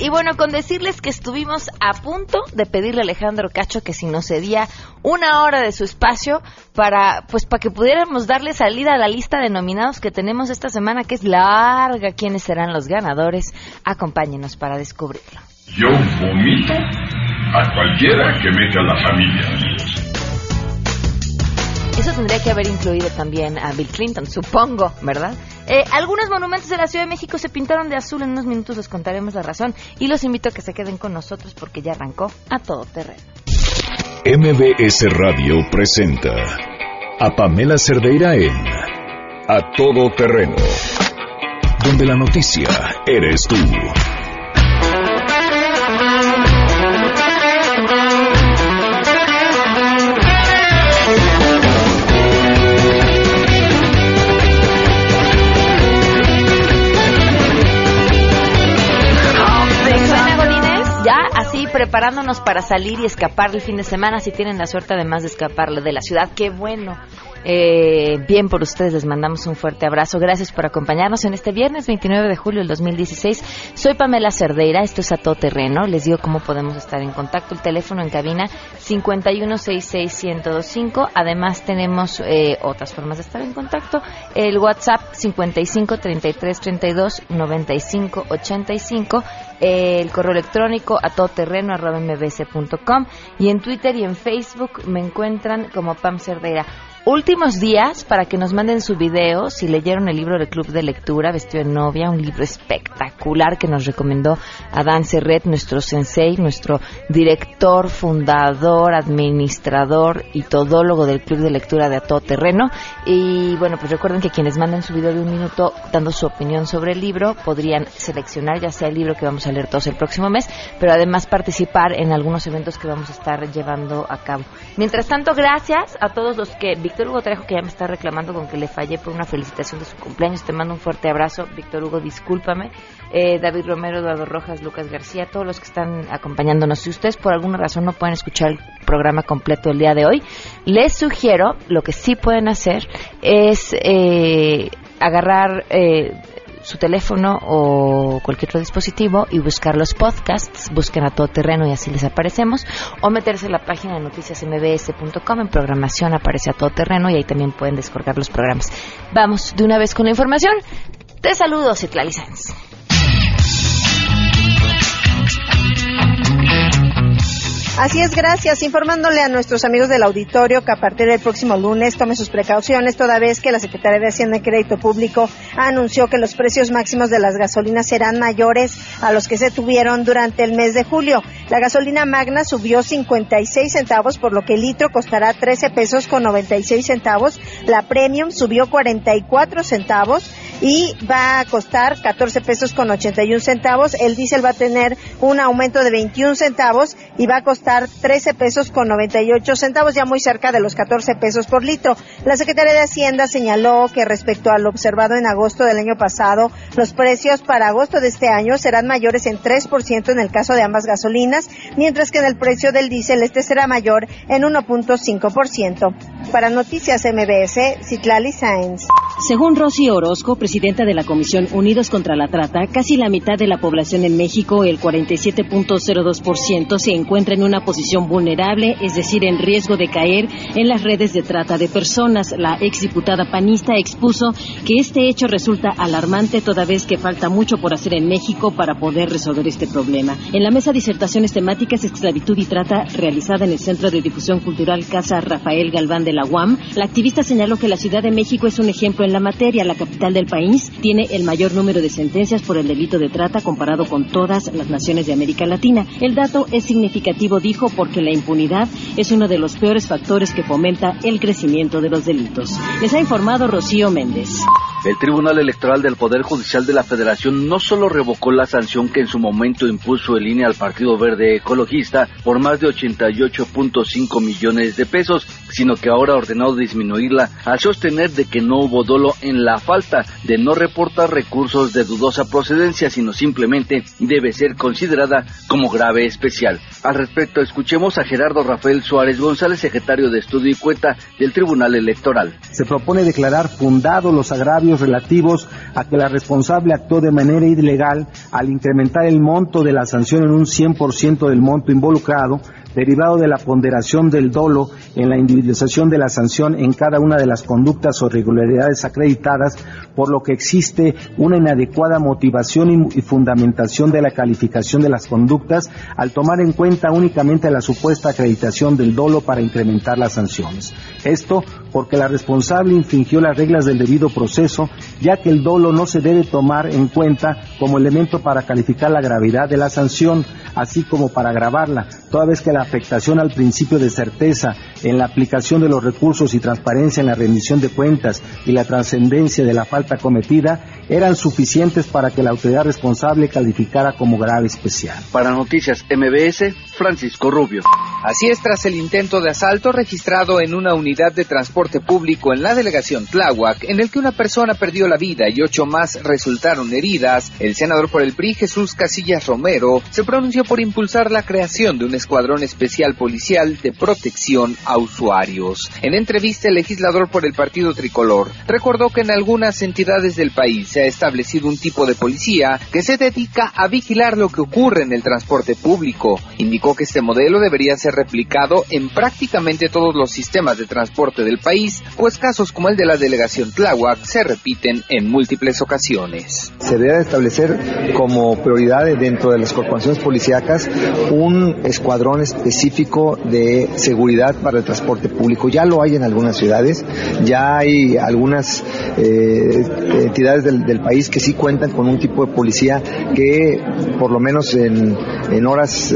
Y bueno, con decirles que estuvimos a punto de pedirle a Alejandro Cacho que si nos cedía una hora de su espacio para que pudiéramos darle salida a la lista de nominados que tenemos esta semana, que es larga. ¿Quiénes serán los ganadores? Acompáñenos para descubrirlo. Yo vomito a cualquiera que meta a la familia, amigos. Eso tendría que haber incluido también a Bill Clinton, supongo, ¿verdad? Algunos monumentos de la Ciudad de México se pintaron de azul. En unos minutos les contaremos la razón. Y los invito a que se queden con nosotros porque ya arrancó A Todo Terreno. MBS Radio presenta a Pamela Cerdeira en A Todo Terreno, donde la noticia eres tú. Preparándonos para salir y escapar el fin de semana, si tienen la suerte además de escaparle de la ciudad, qué bueno. Bien por ustedes, les mandamos un fuerte abrazo. Gracias por acompañarnos en este viernes 29 de julio del 2016. Soy Pamela Cerdeira, esto es A Todo Terreno. Les digo cómo podemos estar en contacto. El teléfono en cabina 5166-1025. Además tenemos otras formas de estar en contacto. El WhatsApp 5533329585. El correo electrónico atodoterreno@mbs.com. Y en Twitter y en Facebook me encuentran como Pam Cerdeira. Últimos días para que nos manden su video si leyeron el libro del Club de Lectura Vestido de Novia, un libro espectacular que nos recomendó Adán Serret, nuestro sensei, nuestro director, fundador, administrador y todólogo del Club de Lectura de A Todo Terreno. Y bueno, pues recuerden que quienes manden su video de 1 minuto dando su opinión sobre el libro podrían seleccionar ya sea el libro que vamos a leer todos el próximo mes, pero además participar en algunos eventos que vamos a estar llevando a cabo. Mientras tanto, gracias a todos los que... Víctor Hugo Trejo, que ya me está reclamando con que le fallé por una felicitación de su cumpleaños. Te mando un fuerte abrazo, Víctor Hugo, discúlpame. David Romero, Eduardo Rojas, Lucas García, todos los que están acompañándonos. Si ustedes por alguna razón no pueden escuchar el programa completo el día de hoy, les sugiero, lo que sí pueden hacer es agarrar... su teléfono o cualquier otro dispositivo y buscar los podcasts, busquen A Todo Terreno y así les aparecemos, o meterse en la página de noticiasmbs.com, en programación aparece A Todo Terreno y ahí también pueden descargar los programas. Vamos de una vez con la información. Te saludo, Citlali Sáenz. Así es, gracias. Informándole a nuestros amigos del auditorio que a partir del próximo lunes tome sus precauciones, toda vez que la Secretaría de Hacienda y Crédito Público anunció que los precios máximos de las gasolinas serán mayores a los que se tuvieron durante el mes de julio. La gasolina magna subió 56 centavos, por lo que el litro costará 13 pesos con 96 centavos. La premium subió 44 centavos y va a costar 14 pesos con 81 centavos. El diésel va a tener un aumento de 21 centavos y va a costar 13 pesos con 98 centavos, ya muy cerca de los 14 pesos por litro. La Secretaría de Hacienda señaló que respecto a lo observado en agosto del año pasado, los precios para agosto de este año serán mayores en 3% en el caso de ambas gasolinas, mientras que en el precio del diésel este será mayor en 1.5%. Para Noticias MBS, Citlali Sáenz. Según Rosy Orozco, presidenta de la Comisión Unidos contra la Trata, casi la mitad de la población en México, el 47.02%, se encuentra en una posición vulnerable, es decir, en riesgo de caer en las redes de trata de personas. La exdiputada panista expuso que este hecho resulta alarmante toda vez que falta mucho por hacer en México para poder resolver este problema. En la mesa de disertaciones temáticas Esclavitud y Trata, realizada en el Centro de Difusión Cultural Casa Rafael Galván de la UAM, la activista señaló que la Ciudad de México es un ejemplo en la materia. La capital del país tiene el mayor número de sentencias por el delito de trata comparado con todas las naciones de América Latina. El dato es significativo, dijo, porque la impunidad es uno de los peores factores que fomenta el crecimiento de los delitos. Les ha informado Rocío Méndez. El Tribunal Electoral del Poder Judicial de la Federación no solo revocó la sanción que en su momento impuso el INE al Partido Verde Ecologista por más de 88.5 millones de pesos, sino que ahora ordenó disminuirla al sostener de que no hubo dolo en la falta de no reportar recursos de dudosa procedencia, sino simplemente debe ser considerada como grave especial. Al respecto, escuchemos a Gerardo Rafael Suárez González, secretario de Estudio y Cuenta del Tribunal Electoral. Se propone declarar fundados los agravios estudios relativos a que la responsable actuó de manera ilegal al incrementar el monto de la sanción en un 100% del monto involucrado, derivado de la ponderación del dolo en la individualización de la sanción en cada una de las conductas o irregularidades acreditadas, por lo que existe una inadecuada motivación y fundamentación de la calificación de las conductas al tomar en cuenta únicamente la supuesta acreditación del dolo para incrementar las sanciones. Esto porque la responsable infringió las reglas del debido proceso, ya que el dolo no se debe tomar en cuenta como elemento para calificar la gravedad de la sanción, así como para agravarla, toda vez que la afectación al principio de certeza en la aplicación de los recursos y transparencia en la rendición de cuentas y la trascendencia de la falta cometida eran suficientes para que la autoridad responsable calificara como grave especial. Para Noticias MBS, Francisco Rubio. Así es, tras el intento de asalto registrado en una unidad de transporte público en la delegación Tláhuac, en el que una persona perdió la vida y 8 más resultaron heridas, el senador por el PRI, Jesús Casillas Romero, se pronunció por impulsar la creación de un escuadrón especial policial de protección a usuarios. En entrevista, el legislador por el Partido Tricolor recordó que en algunas entidades del país se ha establecido un tipo de policía que se dedica a vigilar lo que ocurre en el transporte público. Indicó que este modelo debería ser replicado en prácticamente todos los sistemas de transporte del país, pues casos como el de la delegación Tláhuac se repiten en múltiples ocasiones. Se debe establecer como prioridad dentro de las corporaciones policíacas un escuadrón específico de seguridad para el transporte público. Ya lo hay en algunas ciudades, ya hay algunas entidades del país que sí cuentan con un tipo de policía que por lo menos en horas,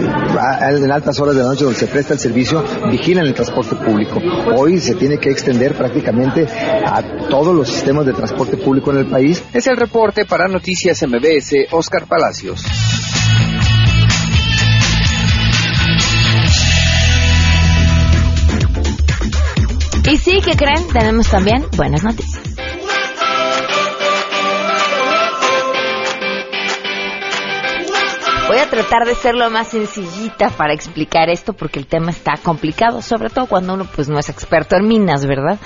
en altas horas de la noche donde se presta el servicio, vigilan el transporte público. Hoy se tiene que extender prácticamente a todos los sistemas de transporte público en el país. Es el reporte para Noticias MBS, Oscar Palacios. Y sí, ¿qué creen? Tenemos también buenas noticias. Voy a tratar de ser lo más sencillita para explicar esto porque el tema está complicado, sobre todo cuando uno pues no es experto en minas, ¿verdad?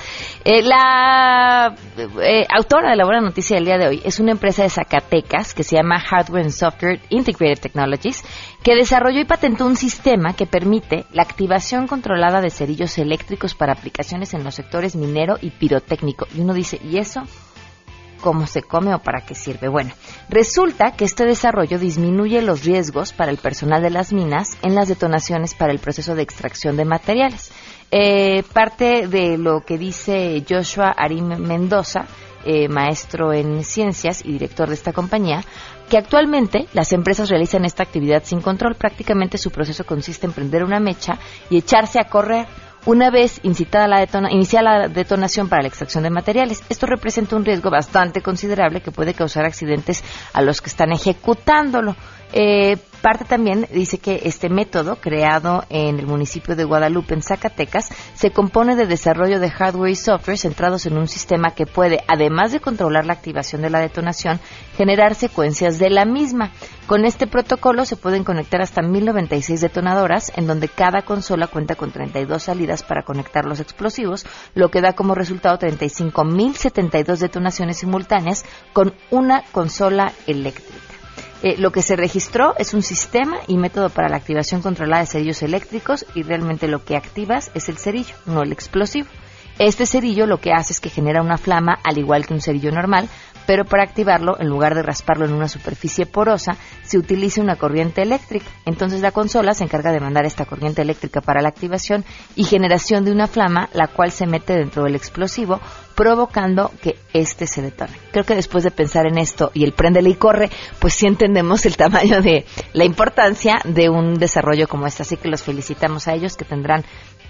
La autora de la buena noticia del día de hoy es una empresa de Zacatecas que se llama Hardware and Software Integrated Technologies, que desarrolló y patentó un sistema que permite la activación controlada de cerillos eléctricos para aplicaciones en los sectores minero y pirotécnico. Y uno dice, ¿y eso cómo se come o para qué sirve? Bueno, resulta que este desarrollo disminuye los riesgos para el personal de las minas en las detonaciones para el proceso de extracción de materiales. Parte de lo que dice Joshua Arim Mendoza, maestro en ciencias y director de esta compañía, que actualmente las empresas realizan esta actividad sin control. Prácticamente su proceso consiste en prender una mecha y echarse a correr una vez iniciada la detonación para la extracción de materiales. Esto representa un riesgo bastante considerable que puede causar accidentes a los que están ejecutándolo. Parte también dice que este método, creado en el municipio de Guadalupe, en Zacatecas, se compone de desarrollo de hardware y software centrados en un sistema que puede, además de controlar la activación de la detonación, generar secuencias de la misma. Con este protocolo se pueden conectar hasta 1096 detonadoras, en donde cada consola cuenta con 32 salidas para conectar los explosivos, lo que da como resultado 35.072 detonaciones simultáneas con una consola eléctrica. Lo que se registró es un sistema y método para la activación controlada de cerillos eléctricos, y realmente lo que activas es el cerillo, no el explosivo. Este cerillo lo que hace es que genera una flama al igual que un cerillo normal, pero para activarlo, en lugar de rasparlo en una superficie porosa, se utiliza una corriente eléctrica. Entonces la consola se encarga de mandar esta corriente eléctrica para la activación y generación de una flama, la cual se mete dentro del explosivo, provocando que éste se detone. Creo que después de pensar en esto y el préndele y corre, pues sí entendemos el tamaño de la importancia de un desarrollo como este. Así que los felicitamos a ellos, que tendrán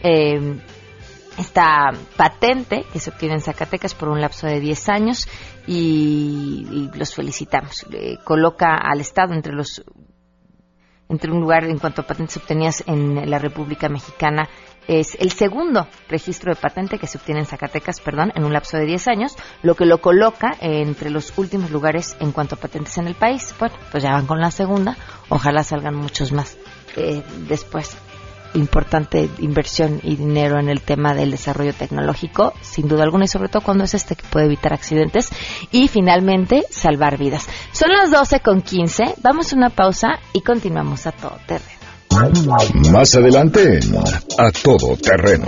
esta patente que se obtiene en Zacatecas por un lapso de 10 años y los felicitamos. Coloca al Estado entre un lugar en cuanto a patentes obtenidas en la República Mexicana. Es el segundo registro de patente que se obtiene en Zacatecas, en un lapso de 10 años, lo que lo coloca entre los últimos lugares en cuanto a patentes en el país. Bueno, pues ya van con la segunda, ojalá salgan muchos más después. importante inversión y dinero en el tema del desarrollo tecnológico, sin duda alguna, y sobre todo cuando es que puede evitar accidentes y finalmente salvar vidas. Son las 12:15, vamos a una pausa y continuamos a todo terreno. Más adelante en A Todo Terreno.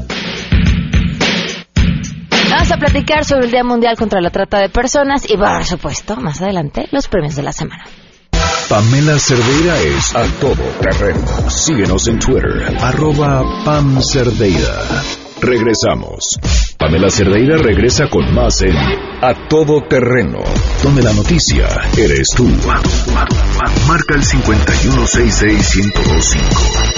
Vamos a platicar sobre el Día Mundial contra la Trata de Personas y, por supuesto, más adelante, los premios de la semana. Pamela Cerdeira es A Todo Terreno. Síguenos en Twitter, @PamCerdeira. Regresamos. Pamela Cerdeira regresa con más en A Todo Terreno, donde la noticia eres tú. Marca el 5166125.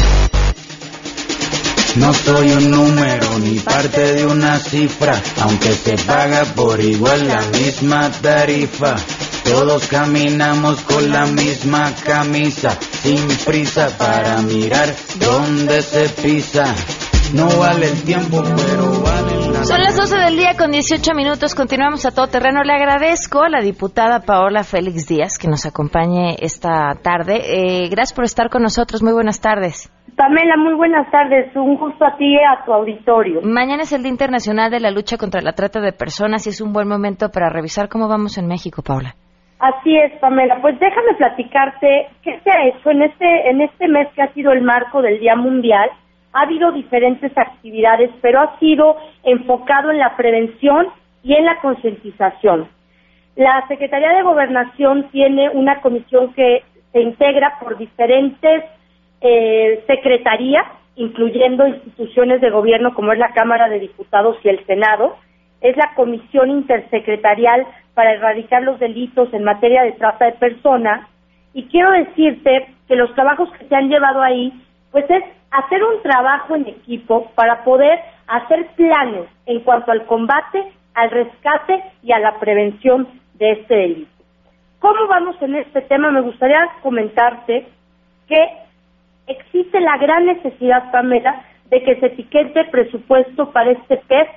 No soy un número ni parte de una cifra, aunque se paga por igual la misma tarifa. Todos caminamos con la misma camisa, sin prisa para mirar dónde se pisa. No vale el tiempo, pero vale la... Son las 12 del día con 18 minutos. Continuamos a todo terreno. Le agradezco a la diputada Paola Félix Díaz que nos acompañe esta tarde. Gracias por estar con nosotros. Muy buenas tardes. Pamela, muy buenas tardes. Un gusto a ti y a tu auditorio. Mañana es el Día Internacional de la Lucha contra la Trata de Personas y es un buen momento para revisar cómo vamos en México, Paola. Así es, Pamela. Pues déjame platicarte qué se ha hecho en este mes que ha sido el marco del Día Mundial. Ha habido diferentes actividades, pero ha sido enfocado en la prevención y en la concientización. La Secretaría de Gobernación tiene una comisión que se integra por diferentes secretarías, incluyendo instituciones de gobierno como es la Cámara de Diputados y el Senado. Es la Comisión Intersecretarial para erradicar los delitos en materia de trata de personas. Y quiero decirte que los trabajos que se han llevado ahí, pues es hacer un trabajo en equipo para poder hacer planes en cuanto al combate, al rescate y a la prevención de este delito. ¿Cómo vamos en este tema? Me gustaría comentarte que existe la gran necesidad, Pamela, de que se etiquete presupuesto para este PES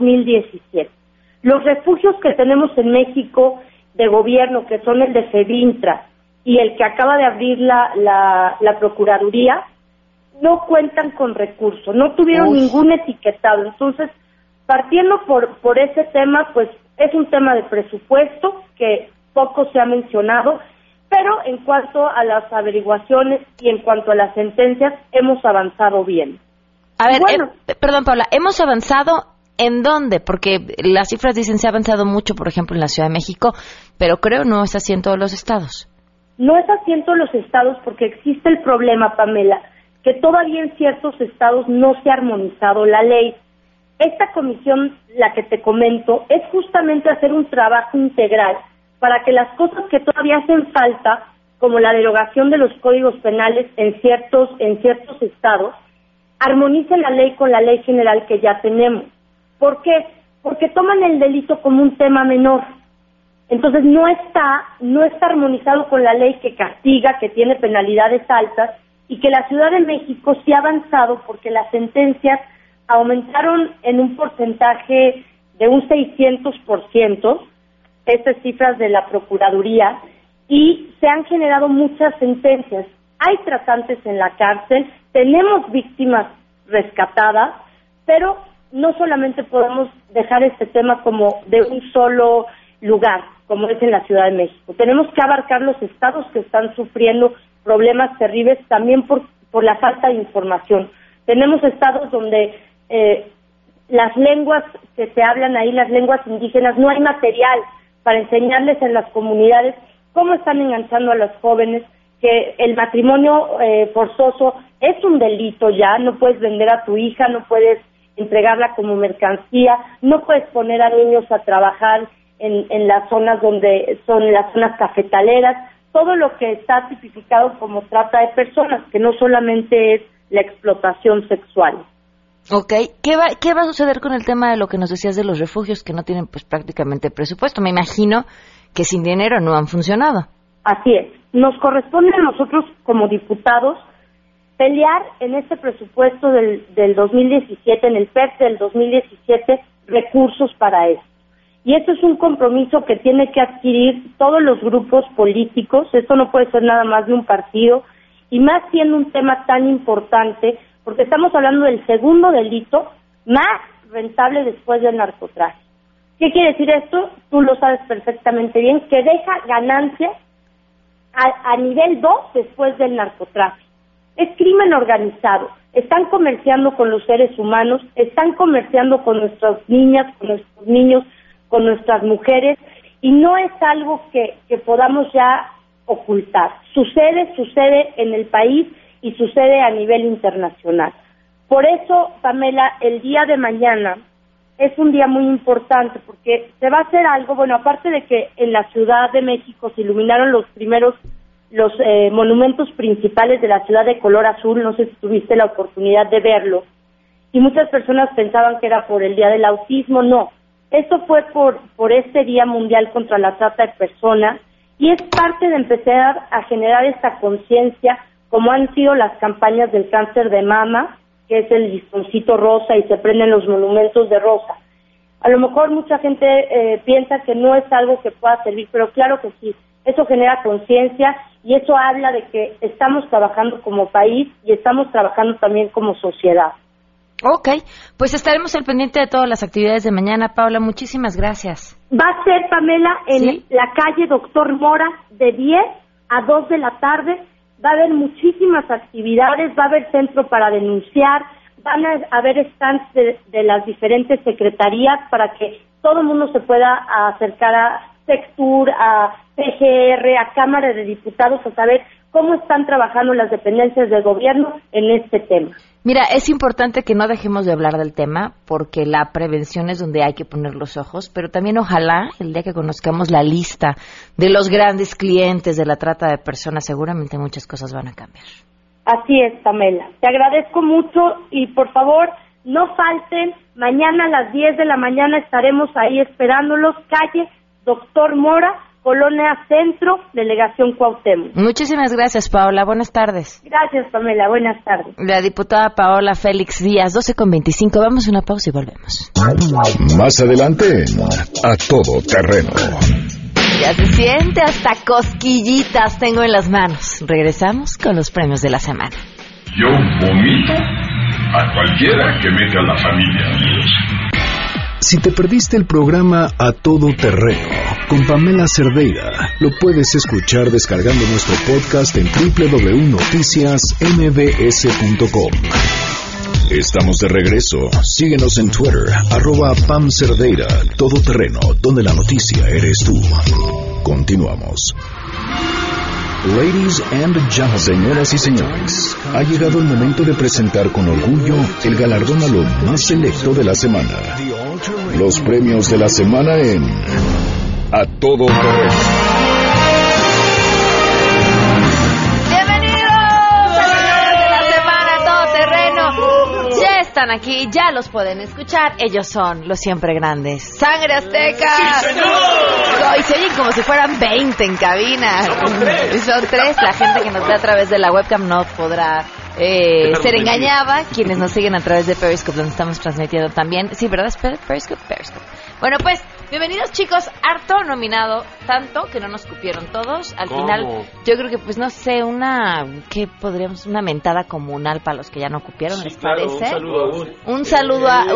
2017. Los refugios que tenemos en México de gobierno, que son el de FEBINTRA y el que acaba de abrir la Procuraduría, no cuentan con recursos, no tuvieron ningún etiquetado. Entonces, partiendo por ese tema, pues es un tema de presupuesto que poco se ha mencionado, pero en cuanto a las averiguaciones y en cuanto a las sentencias, hemos avanzado bien. A ver, perdón, Paula, ¿hemos avanzado en dónde? Porque las cifras dicen se ha avanzado mucho, por ejemplo, en la Ciudad de México, pero creo no es así en todos los estados. No es así en todos los estados porque existe el problema, Pamela, que todavía en ciertos estados no se ha armonizado la ley. Esta comisión, la que te comento, es justamente hacer un trabajo integral para que las cosas que todavía hacen falta, como la derogación de los códigos penales en ciertos estados, armonicen la ley con la ley general que ya tenemos. ¿Por qué? Porque toman el delito como un tema menor. Entonces no está armonizado con la ley que castiga, que tiene penalidades altas, y que la Ciudad de México sí ha avanzado porque las sentencias aumentaron en un porcentaje de un 600%, estas cifras de la Procuraduría, y se han generado muchas sentencias. Hay tratantes en la cárcel, tenemos víctimas rescatadas, pero no solamente podemos dejar este tema como de un solo lugar, como es en la Ciudad de México. Tenemos que abarcar los estados que están sufriendo problemas terribles también por la falta de información. Tenemos estados donde las lenguas que se hablan ahí, las lenguas indígenas, no hay material para enseñarles en las comunidades cómo están enganchando a los jóvenes, que el matrimonio forzoso es un delito ya, no puedes vender a tu hija, no puedes entregarla como mercancía, no puedes poner a niños a trabajar en las zonas donde son las zonas cafetaleras, todo lo que está tipificado como trata de personas, que no solamente es la explotación sexual. Ok, ¿qué va a suceder con el tema de lo que nos decías de los refugios que no tienen pues prácticamente presupuesto? Me imagino que sin dinero no han funcionado. Así es, nos corresponde a nosotros como diputados pelear en este presupuesto del 2017, en el PERS del 2017, recursos para eso. Y esto es un compromiso que tiene que adquirir todos los grupos políticos, esto no puede ser nada más de un partido, y más siendo un tema tan importante porque estamos hablando del segundo delito más rentable después del narcotráfico. ¿Qué quiere decir esto? Tú lo sabes perfectamente bien, que deja ganancias a nivel 2 después del narcotráfico. Es crimen organizado. Están comerciando con los seres humanos, están comerciando con nuestras niñas, con nuestros niños, con nuestras mujeres, y no es algo que podamos ya ocultar. Sucede en el país y sucede a nivel internacional. Por eso, Pamela, el día de mañana es un día muy importante porque se va a hacer algo, bueno, aparte de que en la Ciudad de México se iluminaron los monumentos principales de la ciudad de color azul, no sé si tuviste la oportunidad de verlo, y muchas personas pensaban que era por el Día del Autismo. No, esto fue por este Día Mundial contra la Trata de Personas, y es parte de empezar a generar esta conciencia, como han sido las campañas del cáncer de mama, que es el listoncito rosa y se prenden los monumentos de rosa. A lo mejor mucha gente piensa que no es algo que pueda servir, pero claro que sí. Eso genera conciencia y eso habla de que estamos trabajando como país y estamos trabajando también como sociedad. Ok, pues estaremos al pendiente de todas las actividades de mañana. Paula, muchísimas gracias. Va a ser, Pamela, en la calle Doctor Mora de 10 a 2 de la tarde. Va a haber muchísimas actividades, va a haber centro para denunciar, van a haber stands de las diferentes secretarías para que todo el mundo se pueda acercar a Sectur, a PGR, a Cámara de Diputados, a saber cómo están trabajando las dependencias del gobierno en este tema. Mira, es importante que no dejemos de hablar del tema porque la prevención es donde hay que poner los ojos, pero también ojalá el día que conozcamos la lista de los grandes clientes de la trata de personas, seguramente muchas cosas van a cambiar. Así es, Pamela. Te agradezco mucho y por favor no falten. Mañana a las 10 de la mañana estaremos ahí esperándolos. Calle Doctor Mora, Colonia Centro, Delegación Cuauhtémoc. Muchísimas gracias, Paola. Buenas tardes. Gracias, Pamela. Buenas tardes. La diputada Paola Félix Díaz, 12:25. Vamos a una pausa y volvemos. Más adelante, A Todo Terreno. Ya se siente, hasta cosquillitas tengo en las manos. Regresamos con los premios de la semana. Yo vomito a cualquiera que meta a la familia. Si te perdiste el programa A Todo Terreno con Pamela Cerdeira, lo puedes escuchar descargando nuestro podcast en www.noticiasmbs.com. Estamos de regreso. Síguenos en Twitter, @PamCerdeira, Todo Terreno, donde la noticia eres tú. Continuamos. Ladies and gentlemen, señoras y señores, ha llegado el momento de presentar con orgullo el galardón a lo más selecto de la semana. Los premios de la semana en A Todo Terreno. Están aquí, ya los pueden escuchar. Ellos son los siempre grandes Sangre Azteca. ¡Sí, señor! Y se oyen como si fueran 20 en cabina. Son tres. La gente que nos ve a través de la webcam no podrá ser engañada. Quienes nos siguen a través de Periscope, donde estamos transmitiendo también. Sí, ¿verdad? Periscope. Bueno, pues, bienvenidos, chicos. Harto nominado, tanto que no nos cupieron todos. Al final, yo creo que, pues, no sé, una mentada comunal para los que ya no cupieron, ¿les parece? Un saludo a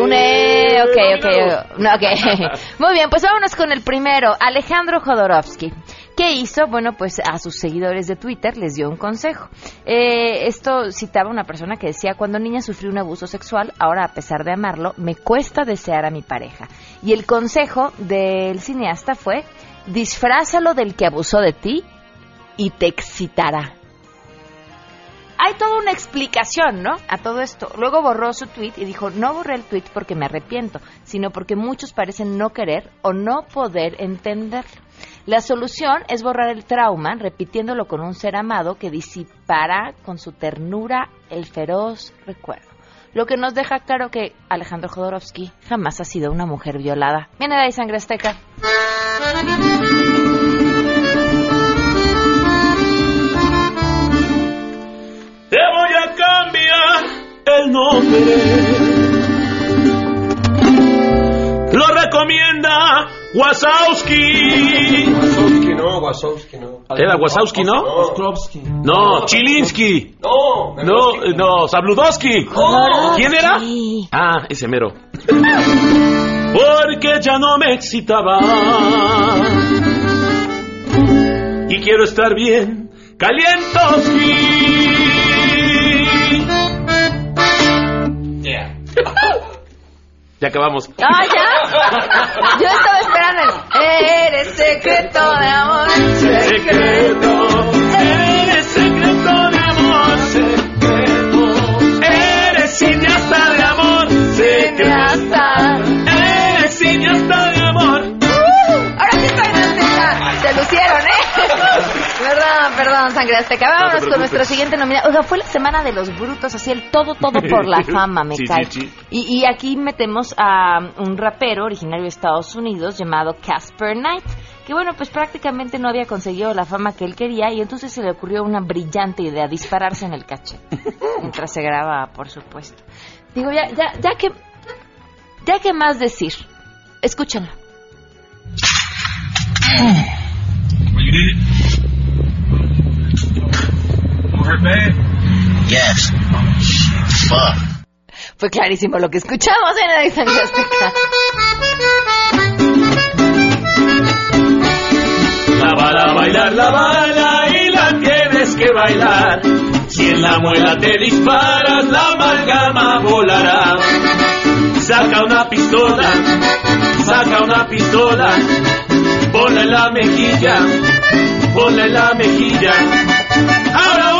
Ok. Muy bien, pues vámonos con el primero. Alejandro Jodorowsky. ¿Qué hizo? Bueno, pues a sus seguidores de Twitter les dio un consejo. Esto citaba a una persona que decía: cuando niña sufrí un abuso sexual, ahora a pesar de amarlo, me cuesta desear a mi pareja. Y el consejo del cineasta fue: disfrázalo del que abusó de ti y te excitará. Hay toda una explicación, ¿no?, a todo esto. Luego borró su tweet y dijo: no borré el tweet porque me arrepiento, sino porque muchos parecen no querer o no poder entenderlo. La solución es borrar el trauma, repitiéndolo con un ser amado que disipará con su ternura el feroz recuerdo. Lo que nos deja claro que Alejandro Jodorowsky jamás ha sido una mujer violada. Viene de ahí Sangre Azteca. Te voy a cambiar el nombre. Lo recomienda Wazowski. Wazowski, ¿no? ¿Era Wazowski, no? Ostrovsky. No, Chilinsky. No, Zabludowski. ¿Quién era? Ah, ese mero. Porque ya no me excitaba y quiero estar bien calientoski. Ya acabamos. ¡Ah, ya! Yo estaba esperando el... Eres secreto de amor, secreto. Eres secreto de amor, secreto. Eres cineasta de amor, cineasta. Eres cineasta de amor. Ahora sí estoy en antena. Se lucieron, Perdón, Sangre Azteca. Vámonos con nuestro siguiente nominado. Oiga, fue la semana de los brutos, así el todo por la fama, me cae. Sí. Y aquí metemos a un rapero originario de Estados Unidos llamado Casper Knight, que bueno, pues prácticamente no había conseguido la fama que él quería y entonces se le ocurrió una brillante idea, dispararse en el cachete, mientras se graba, por supuesto. Digo, ya que más decir, escúchenlo. Yes. Fuck. Fue clarísimo lo que escuchamos en la Sangre Azteca. La bala y la tienes que bailar. Si en la muela te disparas, la amalgama volará. Saca una pistola, ponla en la mejilla. Ahora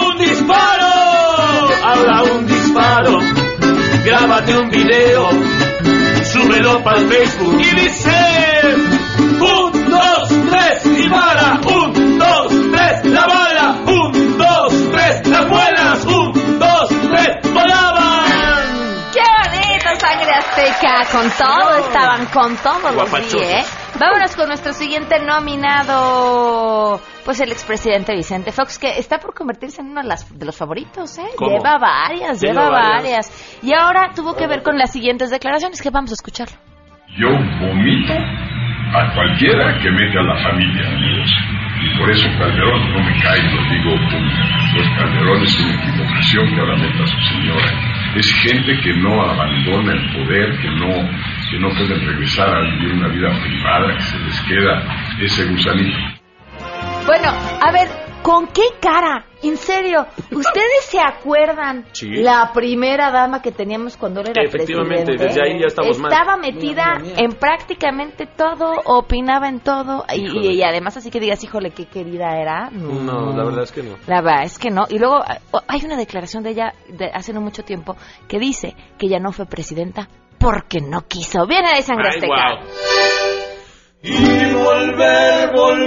un disparo, grábate un video, súbelo para el Facebook y dice 1, 2, 3, dispara, 1, 2, 3, la bala, 1, 2, 3, las muelas, 1, 2, 3, volaban. ¡Qué bonito, Sangre Azteca! Estaban con todo los días, Vámonos con nuestro siguiente nominado, pues el expresidente Vicente Fox, que está por convertirse en uno de los favoritos, ¿Cómo? Lleva varias. Y ahora tuvo que ver con las siguientes declaraciones, que vamos a escucharlo. Yo vomito a cualquiera que mete a la familia, amigos. Y por eso Calderón no me cae, lo digo con los Calderones, una equivocación que ahora meta a su señora. Es gente que no abandona el poder, que no pueden regresar a vivir una vida privada, que se les queda ese gusanito. Bueno, a ver, ¿con qué cara? En serio, ¿ustedes se acuerdan la primera dama que teníamos cuando él era Efectivamente, presidente? desde ahí ya estamos mal. Estaba metida en prácticamente todo, opinaba en todo, y además así que digas, híjole, qué querida era. No, la verdad es que no. La verdad es que no. Y luego hay una declaración de ella de hace no mucho tiempo que dice que ella no fue presidenta porque no quiso. Viene de Sangre Azteca. Wow. Y volver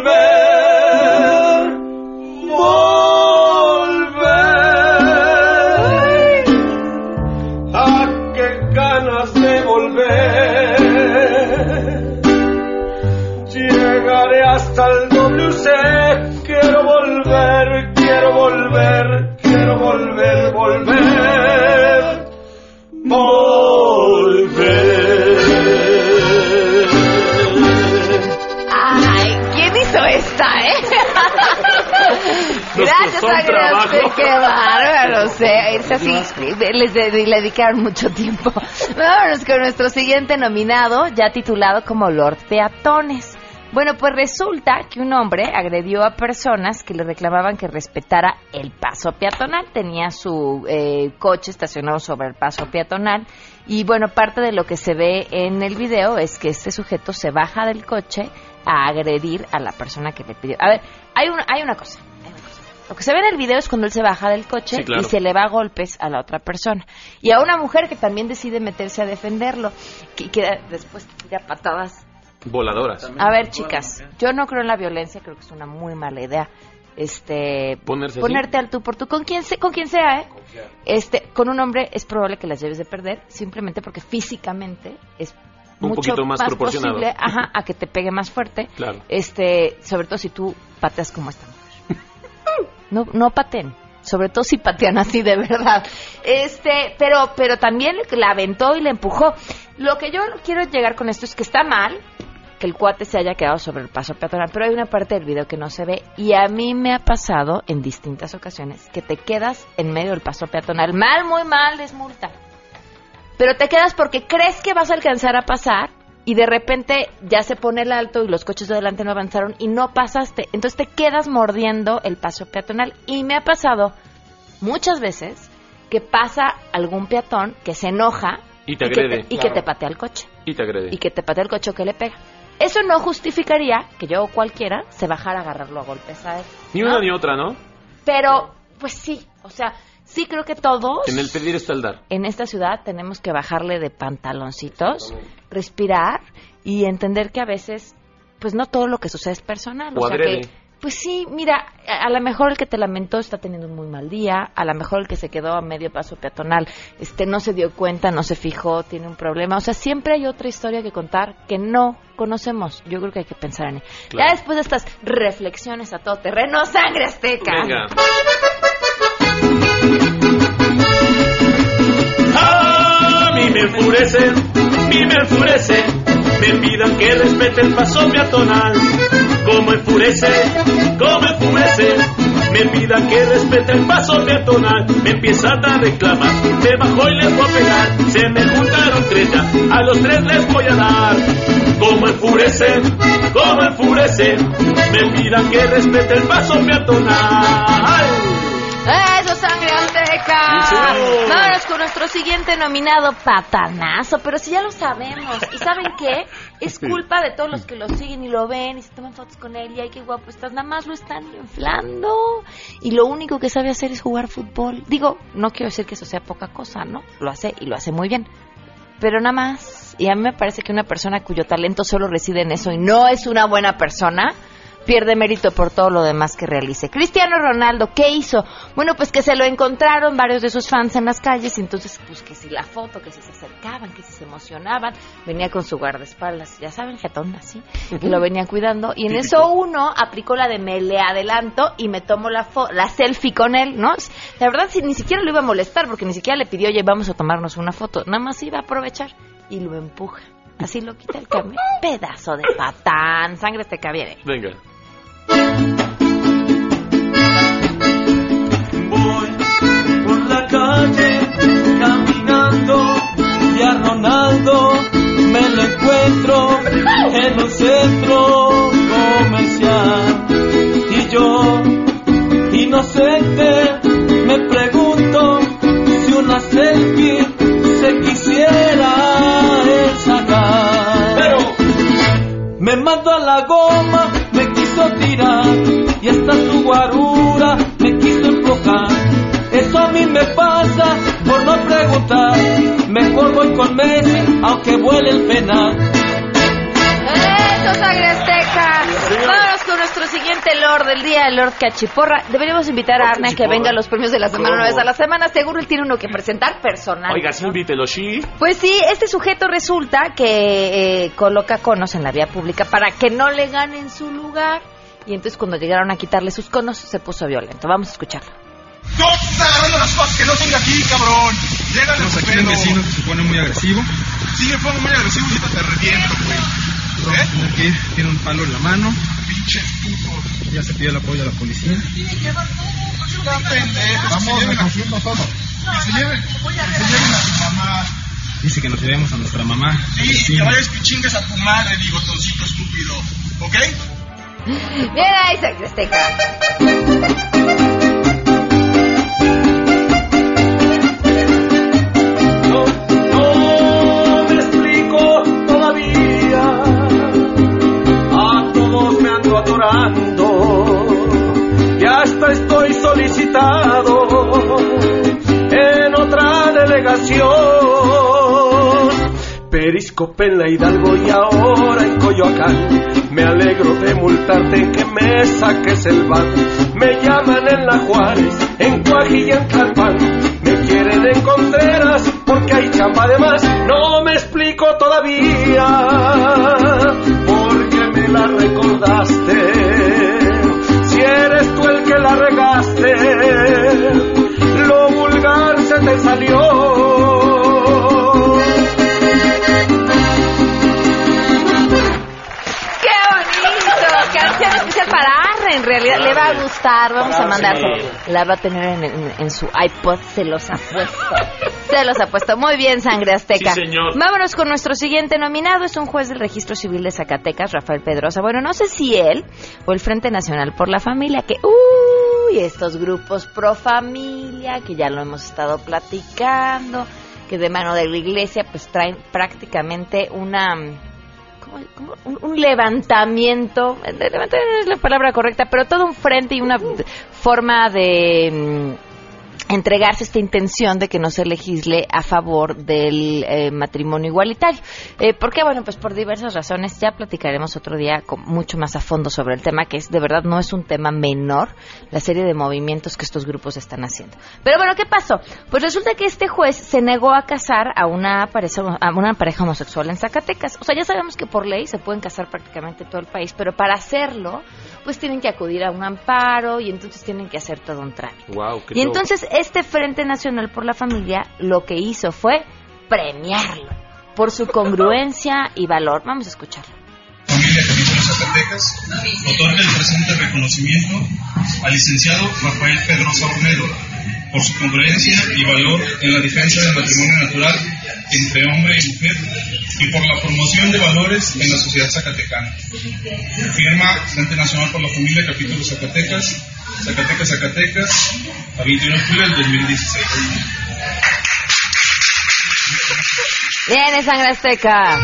a qué ganas de volver. Llegaré hasta el WC. Quiero volver. Ay, ¿quién hizo esta, Gracias, Sangre, qué bárbaro, irse así, le dedicaron mucho tiempo. Vámonos con nuestro siguiente nominado, ya titulado como Lord Peatones. Bueno, pues resulta que un hombre agredió a personas que le reclamaban que respetara el paso peatonal. Tenía su coche estacionado sobre el paso peatonal. Y bueno, parte de lo que se ve en el video es que este sujeto se baja del coche a agredir a la persona que le pidió. A ver, hay una cosa. Lo que se ve en el video es cuando él se baja del coche y se le va a golpes a la otra persona. Y a una mujer que también decide meterse a defenderlo, que después tira patadas voladoras. A ver, chicas, yo no creo en la violencia, creo que es una muy mala idea. Ponerte al tú por tú con quien sea, con un hombre es probable que las lleves de perder, simplemente porque físicamente es un mucho poquito más proporcionado posible, a que te pegue más fuerte. Claro. Sobre todo si tú pateas como esta mujer. No pateen, sobre todo si patean así de verdad. Pero también la aventó y la empujó. Lo que yo quiero llegar con esto es que está mal que el cuate se haya quedado sobre el paso peatonal, pero hay una parte del video que no se ve y a mí me ha pasado en distintas ocasiones que te quedas en medio del paso peatonal, muy mal, es multa, pero te quedas porque crees que vas a alcanzar a pasar y de repente ya se pone el alto y los coches de adelante no avanzaron y no pasaste, entonces te quedas mordiendo el paso peatonal y me ha pasado muchas veces que pasa algún peatón que se enoja y te agrede. Que te patea el coche. Y te agrede. Y que te patea el coche o que le pega. Eso no justificaría que yo o cualquiera se bajara a agarrarlo a golpes a él. Ni una ni otra, ¿no? Pero, pues sí, o sea, sí creo que todos... En el pedir está el dar. En esta ciudad tenemos que bajarle de pantaloncitos, respirar y entender que a veces, pues no todo lo que sucede es personal. O sea adrede. que... Pues sí, mira, a lo mejor el que te lamentó está teniendo un muy mal día, a lo mejor el que se quedó a medio paso peatonal no se dio cuenta, no se fijó, tiene un problema. O sea, siempre hay otra historia que contar que no conocemos. Yo creo que hay que pensar en él. Claro. Ya después de estas reflexiones a todo terreno, Sangre Azteca. Venga. A mí me enfurece, me pidan que respete el paso peatonal. Como enfurece, me pidan que respete el paso peatonal. Me empiezan a reclamar, me bajo y les voy a pegar. Se me juntaron 3 ya, a los 3 les voy a dar. Como enfurece, me pidan que respete el paso peatonal. ¡Eso, Sangre Azteca! Sí, vámonos con nuestro siguiente nominado, Patanazo. Pero si ya lo sabemos. ¿Y saben qué? Es culpa de todos los que lo siguen y lo ven y se toman fotos con él y ay, qué guapo estás. Nada más lo están inflando. Y lo único que sabe hacer es jugar fútbol. Digo, no quiero decir que eso sea poca cosa, ¿no? Lo hace y lo hace muy bien. Pero nada más. Y a mí me parece que una persona cuyo talento solo reside en eso y no es una buena persona, pierde mérito por todo lo demás que realice. Cristiano Ronaldo, ¿qué hizo? Bueno, pues que se lo encontraron varios de sus fans en las calles y entonces, pues que si la foto, que si se acercaban, que si se emocionaban, venía con su guardaespaldas, ya saben, jetón así, y lo venía cuidando, y en eso uno aplicó la de me le adelanto y me tomo la selfie con él, ¿no? La verdad, ni siquiera lo iba a molestar, porque ni siquiera le pidió, oye, vamos a tomarnos una foto, nada más iba a aprovechar, y lo empuja. Así lo quita el cambio. Pedazo de patán. Sangre Azteca, viene. Venga. Voy por la calle caminando y a Ronaldo me lo encuentro en un centro comercial y yo, inocente, me pregunto si una selfie se quisiera él sacar. Pero me mandó a la goma, me quiso tirar y hasta su guarura me quiso empujar. Eso a mí me pasa por no preguntar. Mejor voy con Messi aunque vuele el penal. ¡Eso, Sangre Azteca! Vámonos con nuestro siguiente Lord del día, el Lord Cachiporra. Deberíamos invitar a Arne a que venga a los premios de la semana una vez a la semana. Seguro él tiene uno que presentar personal. Oiga, sí, invítelo, sí. Pues sí, este sujeto resulta que coloca conos en la vía pública para que no le ganen su lugar. Y entonces cuando llegaron a quitarle sus conos, se puso violento. Vamos a escucharlo. ¡No! ¡Te estás agarrando las cosas que no son de aquí, cabrón! ¡Llegale a tu aquí un vecino que se pone muy agresivo. Sí, me pongo muy agresivo y te reviento, güey. Aquí tiene un palo en la mano. Pinches putos. Ya se pide el apoyo a la policía. Está pendejo. Vamos recogiendo todo. Que se lleven a su mamá. Dice que nos llevemos a nuestra mamá. Sí, que vayas que chingues a tu madre, bigotoncito estúpido. ¿Ok? Bien ahí, Sangre Azteca. No me explico todavía. A todos me ando adorando. Y hasta estoy solicitado en otra delegación. Periscope en la Hidalgo y ahora en Coyoacán. Me alegro de multarte, que me saques el VAT. Me llaman en La Juárez, en Cuaji y en Tlalpan. Me quieren en Contreras porque hay chamba de más. No me explico todavía porque me la recordaste. Si eres tú el que la regaste, lo vulgar se te salió. realidad le va a gustar, vamos a mandárselo. La va a tener en su iPod, se los apuesto. Muy bien, Sangre Azteca. Sí, señor. Vámonos con nuestro siguiente nominado, es un juez del Registro Civil de Zacatecas, Rafael Pedrosa. Bueno, no sé si él o el Frente Nacional por la Familia, que estos grupos pro familia, que ya lo hemos estado platicando, que de mano de la iglesia pues traen prácticamente un levantamiento no es la palabra correcta, pero todo un frente y una forma de entregarse esta intención de que no se legisle a favor del matrimonio igualitario. ¿Por qué? Bueno, pues por diversas razones. Ya platicaremos otro día mucho más a fondo sobre el tema, que es de verdad no es un tema menor, la serie de movimientos que estos grupos están haciendo. Pero bueno, ¿qué pasó? Pues resulta que este juez se negó a casar a una pareja homosexual en Zacatecas. O sea, ya sabemos que por ley se pueden casar prácticamente todo el país, pero para hacerlo, pues tienen que acudir a un amparo y entonces tienen que hacer todo un trámite. Wow, y entonces este Frente Nacional por la Familia lo que hizo fue premiarlo por su congruencia y valor. Vamos a escucharlo. Familia Capítulo Zacatecas otorga el presente reconocimiento al licenciado Rafael Pedrosa Olmedo por su congruencia y valor en la defensa del matrimonio natural entre hombre y mujer y por la promoción de valores en la sociedad zacatecana. Firma Frente Nacional por la Familia Capítulo Zacatecas, a 21 de julio del 2016. Viene Sangre Azteca.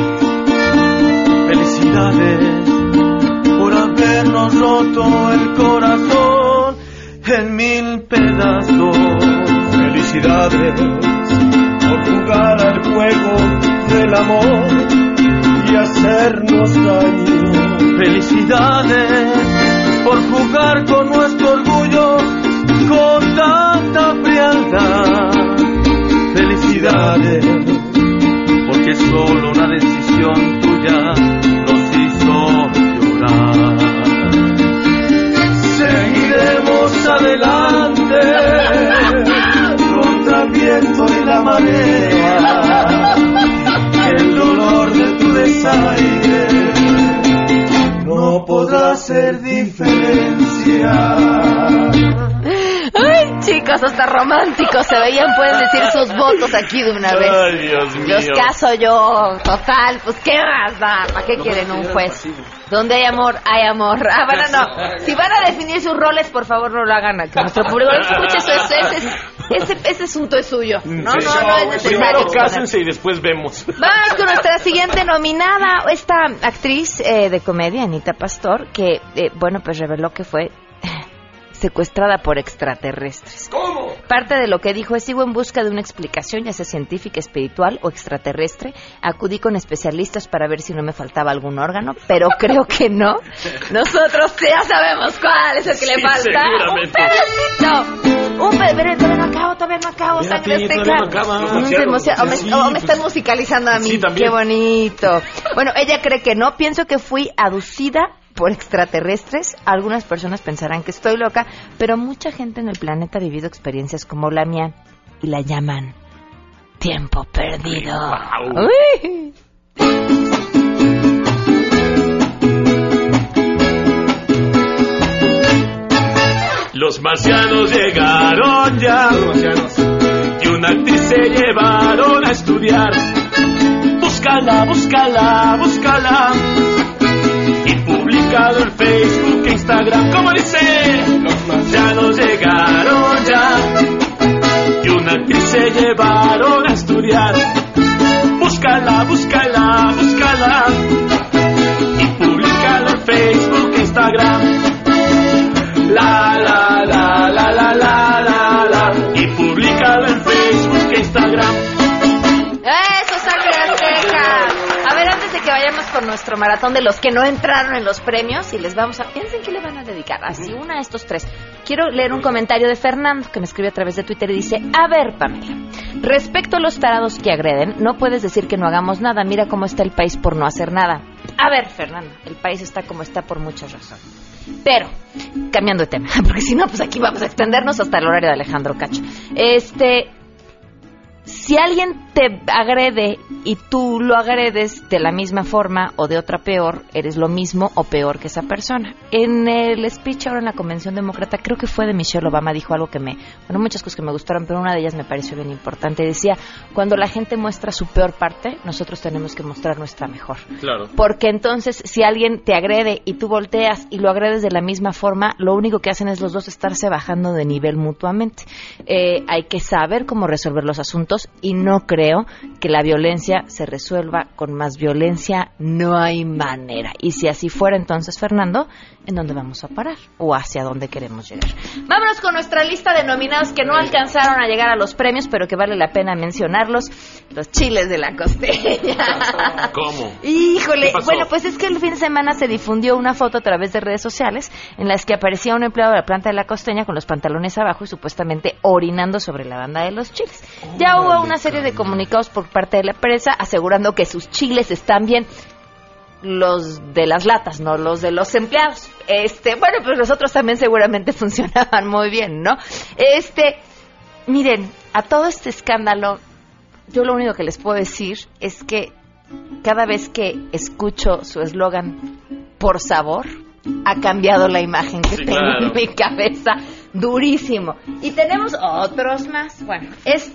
Felicidades por habernos roto el corazón en 1000 pedazos. Felicidades por jugar al juego del amor y hacernos daño. Felicidades por jugar con nuestro orgullo con tanta frialdad. Felicidades porque solo una decisión tuya nos hizo llorar. Seguiremos adelante contra el viento y la marea. El dolor de tu desaire no podrá hacer diferencia. Ay, chicos, hasta románticos se veían, pueden decir sus votos aquí de una vez. Ay, Dios mío. Los caso yo, total, pues ¿qué más da? ¿Para qué quieren un juez? Donde hay amor, hay amor. Ah, bueno, no. Si van a definir sus roles, por favor no lo hagan, que nuestro público lo escuche. Ese asunto es suyo. No es necesario. Primero cásense y después vemos. Vamos con nuestra siguiente nominada, esta actriz de comedia, Anita Pastor, que, bueno, pues reveló que fue secuestrada por extraterrestres. ¿Cómo? Parte de lo que dijo es: sigo en busca de una explicación, ya sea científica, espiritual o extraterrestre. Acudí con especialistas para ver si no me faltaba algún órgano, pero creo que no. Nosotros ya sabemos cuál es el que le falta. Un pedacito. Todavía no acabo, Sangre Azteca. O me están musicalizando a mí. Sí, qué bonito. Bueno, ella cree que no. Pienso que fui aducida por extraterrestres. Algunas personas pensarán que estoy loca, pero mucha gente en el planeta ha vivido experiencias como la mía y la llaman tiempo perdido. Wow. Uy. Los marcianos llegaron ya y una actriz se llevaron a estudiar. Búscala, búscala, búscala. Y publicado en Facebook e Instagram. ¿Cómo dice? Los marcianos llegaron ya y una actriz se llevaron a estudiar. Búscala, búscala, búscala. Y publicado en Facebook e Instagram. La la la la la la la la. Y publicado en Facebook e Instagram. ¡Eso, Sangre Azteca! A ver, antes de que vayamos con nuestro maratón de los que no entraron en los premios, y les vamos a... Piensen qué le van a dedicar. Así, una a estos tres. Quiero leer un comentario de Fernando, que me escribe a través de Twitter y dice: a ver, Pamela, respecto a los tarados que agreden, no puedes decir que no hagamos nada. Mira cómo está el país por no hacer nada. A ver, Fernando, el país está como está por muchas razones. Pero, cambiando de tema, porque si no, pues aquí vamos a extendernos hasta el horario de Alejandro Cacho. Si alguien te agrede y tú lo agredes de la misma forma o de otra peor, eres lo mismo o peor que esa persona. En el speech ahora en la Convención Demócrata, creo que fue de Michelle Obama, dijo algo que muchas cosas que me gustaron, pero una de ellas me pareció bien importante. Decía, cuando la gente muestra su peor parte, nosotros tenemos que mostrar nuestra mejor. Claro. Porque entonces, si alguien te agrede y tú volteas y lo agredes de la misma forma, lo único que hacen es los dos estarse bajando de nivel mutuamente. Hay que saber cómo resolver los asuntos y no creo que la violencia se resuelva con más violencia, no hay manera. Y si así fuera, entonces, Fernando, ¿en dónde vamos a parar? ¿O hacia dónde queremos llegar? Vámonos con nuestra lista de nominados que no alcanzaron a llegar a los premios, pero que vale la pena mencionarlos. Los chiles de la costeña. ¿Cómo? Híjole, bueno, pues es que el fin de semana se difundió una foto a través de redes sociales en las que aparecía un empleado de la planta de la costeña con los pantalones abajo y supuestamente orinando sobre la banda de los chiles. Ya hubo una serie de comunicados por parte de la empresa asegurando que sus chiles están bien. Los de las latas, no los de los empleados. Bueno, pues los otros también seguramente funcionaban muy bien, ¿no? Miren, a todo este escándalo, yo lo único que les puedo decir es que cada vez que escucho su eslogan, por sabor, ha cambiado la imagen que tengo en mi cabeza, durísimo. Y tenemos otros más. Bueno,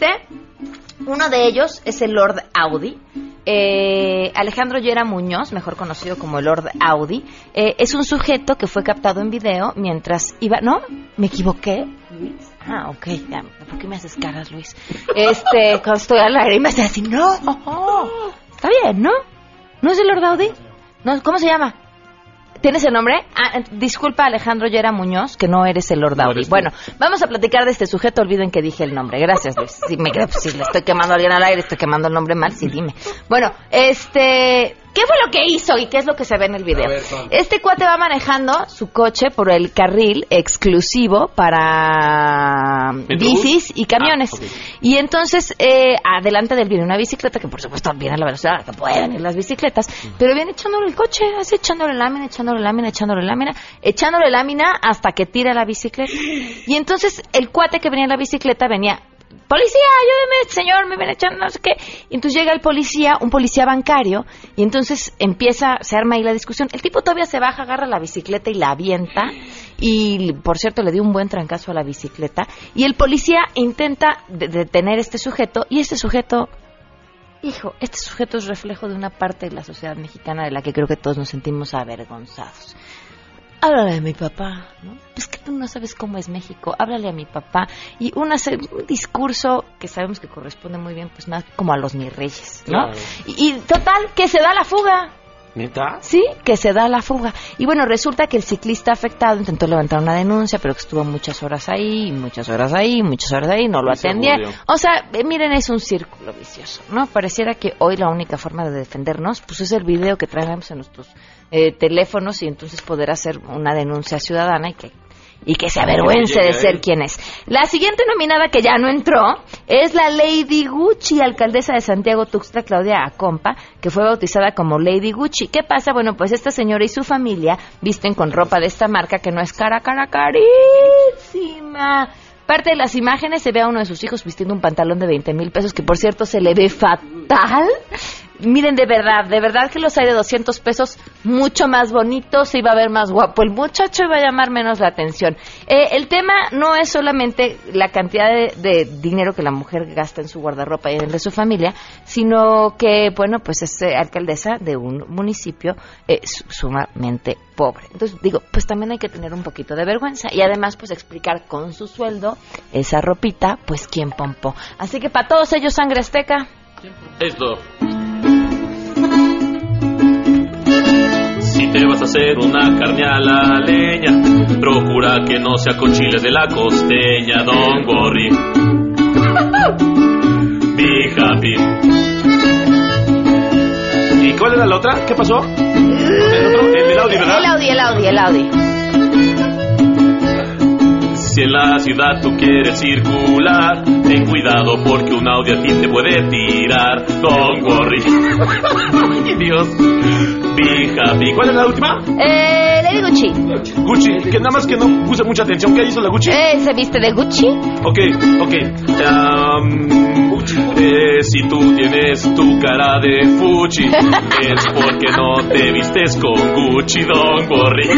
uno de ellos es el Lord Audi. Alejandro Llera Muñoz, mejor conocido como el Lord Audi, es un sujeto que fue captado en video mientras iba... ¿No? ¿Me equivoqué, Luis? Ah, ok. Ya, ¿por qué me haces caras, Luis? Cuando estoy al aire y me hace así, no. Está bien, ¿no? ¿No es el Lord Audi? No, ¿cómo se llama? ¿Tienes el nombre? Disculpa, Alejandro Llera Muñoz, que no eres el Lord Audi. Bueno, vamos a platicar de este sujeto. Olviden que dije el nombre. Gracias, Luis. Si le estoy quemando a alguien al aire, estoy quemando el nombre mal, sí, dime. Bueno, ¿qué fue lo que hizo y qué es lo que se ve en el video? Este cuate va manejando su coche por el carril exclusivo para bicis y camiones. Okay. Y entonces, adelante de él viene una bicicleta, que por supuesto viene a la velocidad que pueden ir las bicicletas, pero viene echándole el coche, así echándole lámina hasta que tira la bicicleta. Y entonces el cuate que venía en la bicicleta venía... Policía, ayúdeme, señor, me ven echando no sé qué. Y entonces llega un policía bancario, y entonces se arma ahí la discusión. El tipo todavía se baja, agarra la bicicleta y la avienta, y por cierto le dio un buen trancazo a la bicicleta, y el policía intenta detener a este sujeto, y este sujeto es reflejo de una parte de la sociedad mexicana de la que creo que todos nos sentimos avergonzados. Háblale a mi papá, ¿no? Pues que tú no sabes cómo es México, háblale a mi papá. Y un discurso que sabemos que corresponde muy bien, pues más como a los mis reyes, ¿no? Claro. Y total, que se da la fuga. ¿Neta? Sí, que se da la fuga. Y bueno, resulta que el ciclista afectado intentó levantar una denuncia, pero que estuvo muchas horas ahí, no lo atendía. O sea, miren, es un círculo vicioso, ¿no? Pareciera que hoy la única forma de defendernos, pues es el video que traemos en nuestros teléfonos, y entonces poder hacer una denuncia ciudadana y que se avergüence de ser quien es. La siguiente nominada, que ya no entró, es la Lady Gucci, alcaldesa de Santiago Tuxtla, Claudia Acompa, que fue bautizada como Lady Gucci. ¿Qué pasa? Bueno, pues esta señora y su familia visten con ropa de esta marca que no es carísima. Parte de las imágenes se ve a uno de sus hijos vistiendo un pantalón de 20,000 pesos, que por cierto se le ve fatal. Miren, de verdad que los hay de 200 pesos mucho más bonitos, se iba a ver más guapo el muchacho, iba a llamar menos la atención. El tema no es solamente la cantidad de dinero que la mujer gasta en su guardarropa y en el de su familia, sino que, bueno, pues es alcaldesa de un municipio sumamente pobre. Entonces digo, pues también hay que tener un poquito de vergüenza y además pues explicar con su sueldo esa ropita, pues quién pompó. Así que para todos ellos, sangre azteca. Esto. Si te vas a hacer una carne a la leña, procura que no sea con chiles de la costeña. Don't worry, be happy. ¿Y cuál era la otra? ¿Qué pasó? El Audi, ¿verdad? El Audi. Si en la ciudad tú quieres circular, ten cuidado porque un Audi a ti te puede tirar. Don't worry. Dios. Be happy. ¿Cuál es la última? El Lady Gucci. Gucci, que nada más que no puse mucha atención. ¿Qué hizo la Gucci? ¿Se viste de Gucci? Ok. Si tú tienes tu cara de fuchi, es porque no te vistes con Gucci, don't worry.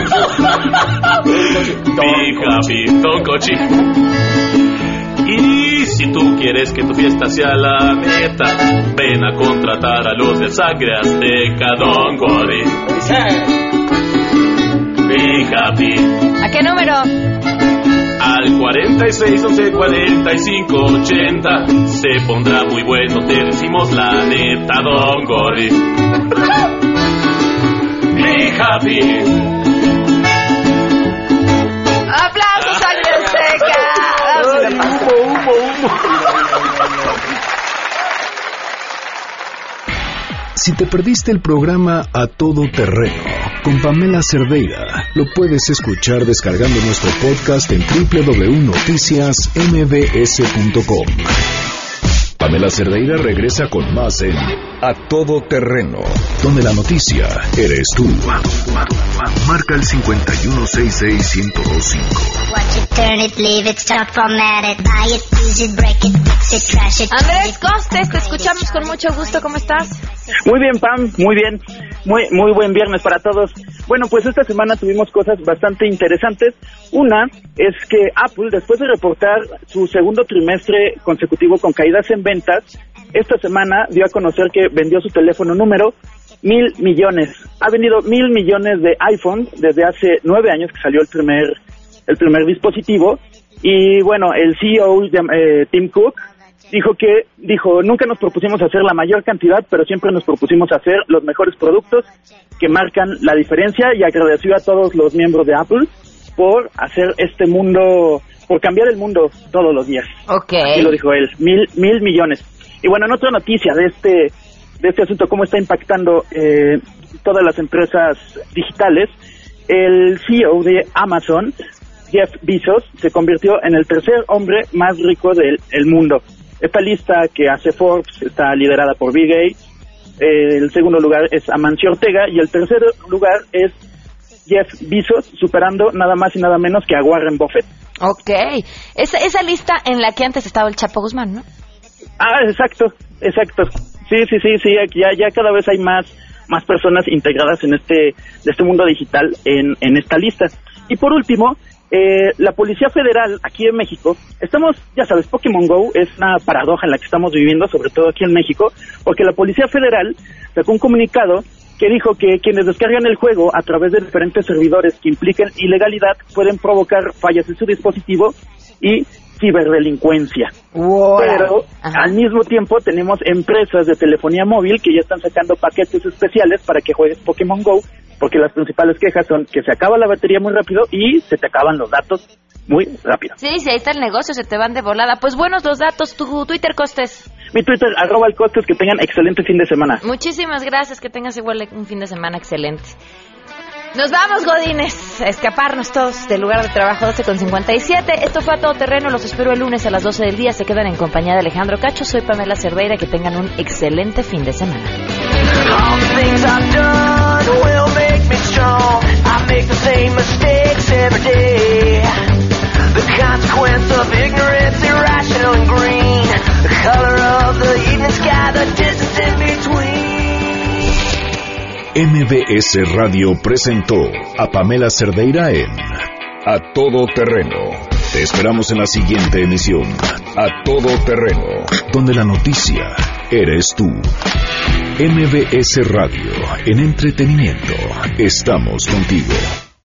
Be happy, don't cochi. Y si tú quieres que tu fiesta sea la neta, ven a contratar a los de Sangre Azteca, don't worry. Be happy. ¿A qué número? Al 46 11 45 80. Se pondrá muy bueno, te decimos la neta, don't worry. Be happy. ¡Aplausos, Sangre Azteca! Humo. Si te perdiste el programa A Todo Terreno con Pamela Cerdeira, lo puedes escuchar descargando nuestro podcast en www.noticiasmbs.com. Pamela Cerdeira regresa con más en A Todo Terreno, donde la noticia eres tú. Marca el 5166125. Andrés Costes, te escuchamos con mucho gusto. ¿Cómo estás? Muy bien, Pam, muy bien. Muy buen viernes para todos. Bueno, pues esta semana tuvimos cosas bastante interesantes. Una es que Apple, después de reportar su segundo trimestre consecutivo con caídas en ventas, esta semana dio a conocer que vendió su teléfono número 1,000 millones. Ha vendido 1,000 millones de iPhone desde hace 9 años que salió el primer dispositivo. Y bueno, el CEO Tim Cook dijo, nunca nos propusimos hacer la mayor cantidad, pero siempre nos propusimos hacer los mejores productos que marcan la diferencia, y agradeció a todos los miembros de Apple por hacer por cambiar el mundo todos los días. Okay. Así lo dijo él, 1,000 millones. Y bueno, en otra noticia de este asunto, cómo está impactando todas las empresas digitales, el CEO de Amazon, Jeff Bezos, se convirtió en el tercer hombre más rico del mundo. Esta lista que hace Forbes está liderada por Bill Gates. El segundo lugar es Amancio Ortega y el tercer lugar es Jeff Bezos, superando nada más y nada menos que a Warren Buffett. Ok. Esa lista en la que antes estaba el Chapo Guzmán, ¿no? Ah, exacto. Sí, ya cada vez hay más personas integradas en este mundo digital en esta lista. Y por último, la Policía Federal aquí en México, ya sabes, Pokémon GO es una paradoja en la que estamos viviendo, sobre todo aquí en México, porque la Policía Federal sacó un comunicado que dijo que quienes descargan el juego a través de diferentes servidores que impliquen ilegalidad pueden provocar fallas en su dispositivo y ciberdelincuencia. Wow. Pero al mismo tiempo tenemos empresas de telefonía móvil que ya están sacando paquetes especiales para que juegues Pokémon GO, porque las principales quejas son que se acaba la batería muy rápido y se te acaban los datos muy rápido. Sí, ahí está el negocio, se te van de volada. Pues buenos los datos. Tu Twitter, Costes. Mi Twitter, @Costes. Que tengan excelente fin de semana. Muchísimas gracias, que tengas igual un fin de semana excelente. Nos vamos, godines, a escaparnos todos del lugar de trabajo. 12:57. Esto fue A Todo Terreno. Los espero el lunes a las 12 del día. Se quedan en compañía de Alejandro Cacho. Soy Pamela Cerdeira. Que tengan un excelente fin de semana. All the things I've done will make me strong. I make the same mistakes every day. The consequence of ignorance, irrational and green. The color of the evening sky, the distance in between. MBS Radio presentó a Pamela Cerdeira en A Todo Terreno. Te esperamos en la siguiente emisión, A Todo Terreno, donde la noticia eres tú. MBS Radio, en entretenimiento, estamos contigo.